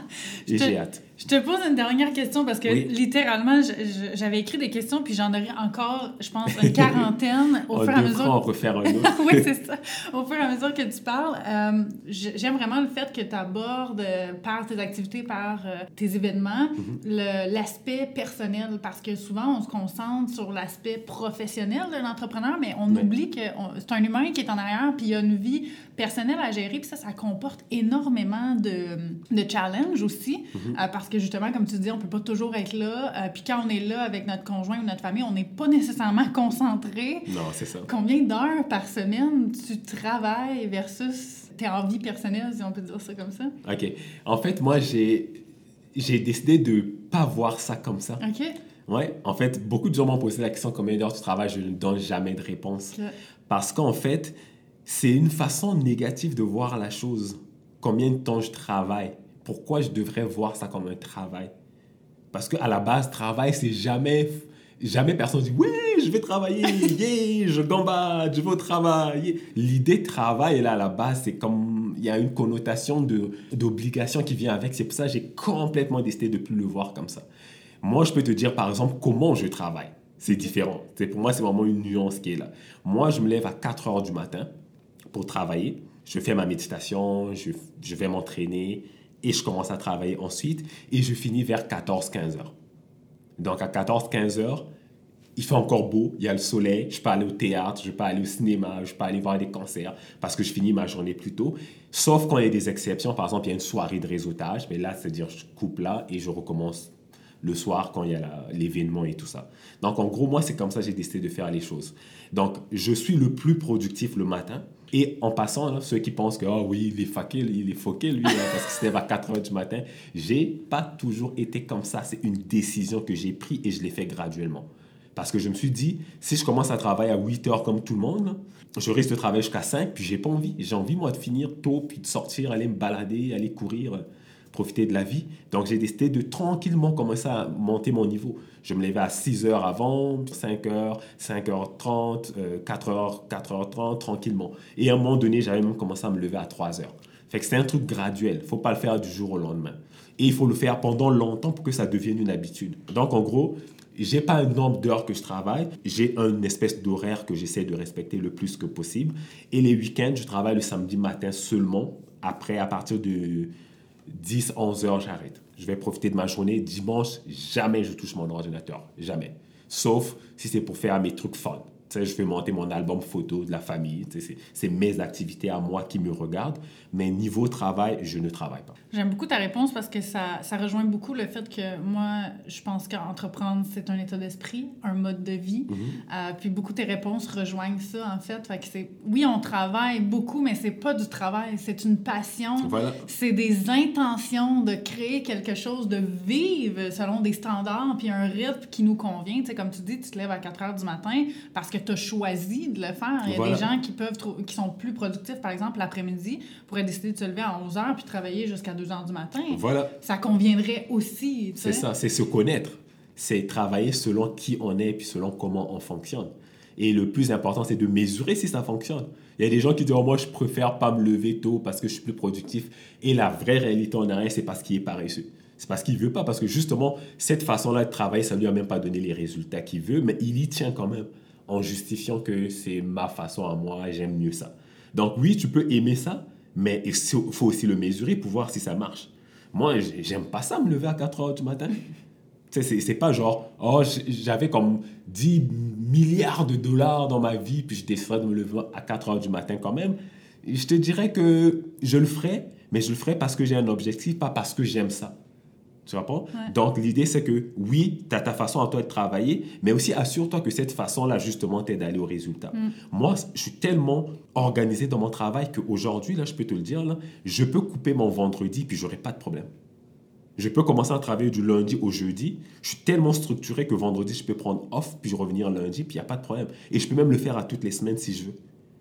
Et j'ai hâte.
Je te pose une dernière question parce que
oui.
littéralement, je, je, j'avais écrit des questions puis j'en aurais encore, je pense, une quarantaine au
on
fur et à mesure.
On refaire un autre.
Oui, c'est ça. Au fur et à mesure que tu parles, euh, j'aime vraiment le fait que tu abordes euh, par tes activités, par euh, tes événements, mm-hmm. le, l'aspect personnel parce que souvent, on se concentre sur l'aspect professionnel de l'entrepreneur, mais on oui. oublie que on, c'est un humain qui est en arrière puis il y a une vie personnelle à gérer puis ça, ça comporte énormément de, de challenges aussi mm-hmm. euh, parce que justement, comme tu dis, on ne peut pas toujours être là. Euh, puis quand on est là avec notre conjoint ou notre famille, on n'est pas nécessairement concentré.
Non, c'est ça.
Combien d'heures par semaine tu travailles versus tes envies personnelles, si on peut dire ça comme ça?
OK. En fait, moi, j'ai, j'ai décidé de ne pas voir ça comme ça.
OK.
Oui. En fait, beaucoup de gens m'ont posé la question combien d'heures tu travailles. Je ne donne jamais de réponse. Okay. Parce qu'en fait, c'est une façon négative de voir la chose. Combien de temps je travaille? Pourquoi je devrais voir ça comme un travail? Parce qu'à la base, travail, c'est jamais... Jamais personne dit « Oui, je vais travailler, yeah, je gambade, je vais au travail. Yeah. » L'idée de travail, là, à la base, c'est comme... Il y a une connotation de, d'obligation qui vient avec. C'est pour ça que j'ai complètement décidé de ne plus le voir comme ça. Moi, je peux te dire, par exemple, comment je travaille. C'est différent. C'est, pour moi, c'est vraiment une nuance qui est là. Moi, je me lève à quatre heures du matin pour travailler. Je fais ma méditation, je, je vais m'entraîner... Et je commence à travailler ensuite et je finis vers quatorze quinze heures. Donc, à quatorze quinze heures, il fait encore beau, il y a le soleil, je peux aller au théâtre, je peux aller au cinéma, je peux aller voir des concerts parce que je finis ma journée plus tôt. Sauf quand il y a des exceptions, par exemple, il y a une soirée de réseautage, mais là, c'est-à-dire je coupe là et je recommence le soir quand il y a la, l'événement et tout ça. Donc, en gros, moi, c'est comme ça que j'ai décidé de faire les choses. Donc, je suis le plus productif le matin. Et en passant, là, ceux qui pensent que oh, oui, il est fucké, il est foqué, lui, là, parce qu'il se lève à quatre heures du matin, j'ai pas toujours été comme ça. C'est une décision que j'ai prise et je l'ai fait graduellement. Parce que je me suis dit, si je commence à travailler à huit heures comme tout le monde, là, je risque de travailler jusqu'à cinq, puis j'ai pas envie. J'ai envie, moi, de finir tôt, puis de sortir, aller me balader, aller courir, profiter de la vie. Donc, j'ai décidé de tranquillement commencer à monter mon niveau. Je me levais à six heures avant, cinq heures, cinq heures trente, euh, quatre heures, quatre heures trente, tranquillement. Et à un moment donné, j'avais même commencé à me lever à trois heures. Fait que c'est un truc graduel. Il ne faut pas le faire du jour au lendemain. Et il faut le faire pendant longtemps pour que ça devienne une habitude. Donc, en gros, je n'ai pas un nombre d'heures que je travaille. J'ai une espèce d'horaire que j'essaie de respecter le plus que possible. Et les week-ends, je travaille le samedi matin seulement. Après, à partir de dix à onze heures, j'arrête. Je vais profiter de ma journée. Dimanche, jamais je touche mon ordinateur. Jamais. Sauf si c'est pour faire mes trucs fun. Tu sais, je vais monter mon album photo de la famille. Tu sais, c'est, c'est mes activités à moi qui me regardent. Mais niveau travail, je ne travaille pas.
J'aime beaucoup ta réponse parce que ça, ça rejoint beaucoup le fait que moi, je pense qu'entreprendre, c'est un état d'esprit, un mode de vie. Mm-hmm. Euh, puis beaucoup de tes réponses rejoignent ça, en fait. Fait que c'est, oui, on travaille beaucoup, mais c'est pas du travail. C'est une passion.
Voilà.
C'est des intentions de créer quelque chose, de vivre selon des standards puis un rythme qui nous convient. Tu sais, comme tu dis, tu te lèves à quatre heures du matin parce que tu as choisi de le faire. Il y a voilà. des gens qui peuvent trou- qui sont plus productifs, par exemple, l'après-midi, pourraient décider de se lever à onze heures puis travailler jusqu'à deux heures du matin.
Voilà.
Ça conviendrait aussi.
C'est ça, c'est se connaître. C'est travailler selon qui on est puis selon comment on fonctionne. Et le plus important, c'est de mesurer si ça fonctionne. Il y a des gens qui disent oh, « moi, je préfère pas me lever tôt parce que je suis plus productif. » Et la vraie réalité en arrière, c'est parce qu'il est paresseux. C'est parce qu'il ne veut pas, parce que justement, cette façon-là de travailler, ça ne lui a même pas donné les résultats qu'il veut, mais il y tient quand même en justifiant que c'est ma façon à moi, j'aime mieux ça. Donc oui, tu peux aimer ça, mais il faut aussi le mesurer pour voir si ça marche. Moi, j'aime pas ça, me lever à quatre heures du matin. C'est, c'est pas genre, oh, j'avais comme dix milliards de dollars dans ma vie, puis je décide de me lever à quatre heures du matin quand même. Je te dirais que je le ferai, mais je le ferai parce que j'ai un objectif, pas parce que j'aime ça. Tu comprends? Ouais. Donc, l'idée, c'est que oui, tu as ta façon à toi de travailler, mais aussi assure-toi que cette façon-là, justement, t'aide à aller au résultat. Mm. Moi, je suis tellement organisé dans mon travail qu'aujourd'hui, là, je peux te le dire, là, je peux couper mon vendredi, puis je n'aurai pas de problème. Je peux commencer à travailler du lundi au jeudi. Je suis tellement structuré que vendredi, je peux prendre off, puis je revenir lundi, puis il n'y a pas de problème. Et je peux même le faire à toutes les semaines si je veux.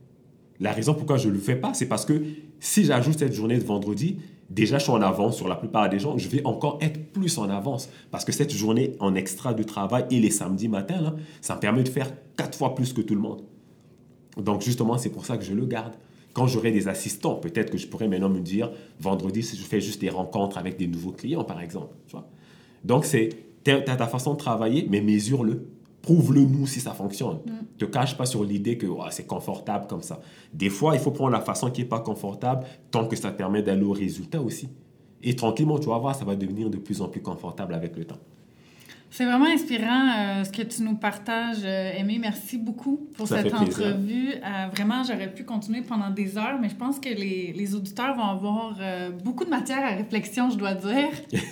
La raison pourquoi je ne le fais pas, c'est parce que si j'ajoute cette journée de vendredi, déjà, je suis en avance sur la plupart des gens. Je vais encore être plus en avance parce que cette journée en extra de travail et les samedis matins, là, ça me permet de faire quatre fois plus que tout le monde. Donc, justement, c'est pour ça que je le garde. Quand j'aurai des assistants, peut-être que je pourrais maintenant me dire, vendredi, je fais juste des rencontres avec des nouveaux clients, par exemple. Tu vois? Donc, c'est, tu as ta façon de travailler, mais mesure-le. Prouve-le nous si ça fonctionne. Ne mm. te cache pas sur l'idée que oh, c'est confortable comme ça. Des fois, il faut prendre la façon qui n'est pas confortable tant que ça te permet d'aller au résultat aussi. Et tranquillement, tu vas voir, ça va devenir de plus en plus confortable avec le temps.
C'est vraiment inspirant euh, ce que tu nous partages, euh, Aimé. Merci beaucoup pour
ça
cette entrevue. Euh, vraiment, j'aurais pu continuer pendant des heures, mais je pense que les, les auditeurs vont avoir euh, beaucoup de matière à réflexion, je dois dire.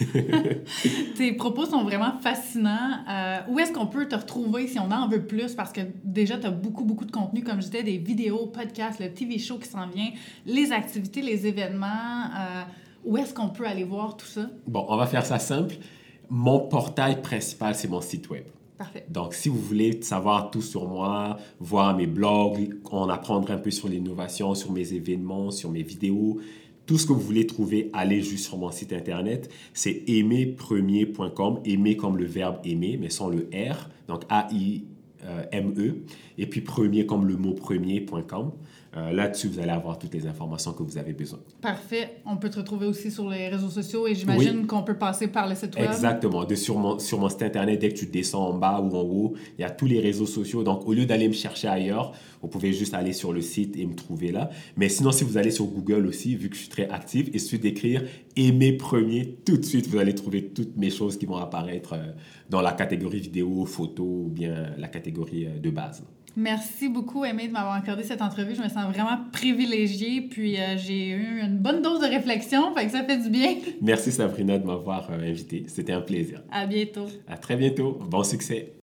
Tes propos sont vraiment fascinants. Euh, où est-ce qu'on peut te retrouver si on en veut plus? Parce que déjà, tu as beaucoup, beaucoup de contenu, comme je disais, des vidéos, podcasts, le T V show qui s'en vient, les activités, les événements. Euh, où est-ce qu'on peut aller voir tout ça?
Bon, on va faire ça simple. Mon portail principal, c'est mon site web.
Parfait.
Donc, si vous voulez savoir tout sur moi, voir mes blogs, en apprendre un peu sur l'innovation, sur mes événements, sur mes vidéos, tout ce que vous voulez trouver, allez juste sur mon site internet. C'est aimer premier point com, aimer comme le verbe aimer, mais sans le R, donc A I M E, et puis premier comme le mot premier point com. Euh, là-dessus, vous allez avoir toutes les informations que vous avez besoin.
Parfait. On peut te retrouver aussi sur les réseaux sociaux et j'imagine oui. qu'on peut passer par le site web.
Exactement. De, sur, mon, sur mon site internet, dès que tu descends en bas ou en haut, il y a tous les réseaux sociaux. Donc, au lieu d'aller me chercher ailleurs, vous pouvez juste aller sur le site et me trouver là. Mais sinon, si vous allez sur Google aussi, vu que je suis très actif, il suffit d'écrire « Aimer premier », tout de suite, vous allez trouver toutes mes choses qui vont apparaître euh, dans la catégorie vidéo, photo ou bien la catégorie euh, de base.
Merci beaucoup, Aimé, de m'avoir accordé cette entrevue. Je me sens vraiment privilégiée, puis euh, j'ai eu une bonne dose de réflexion, fait que ça fait du bien.
Merci, Sabrina, de m'avoir euh, invitée. C'était un plaisir.
À bientôt.
À très bientôt. Bon succès.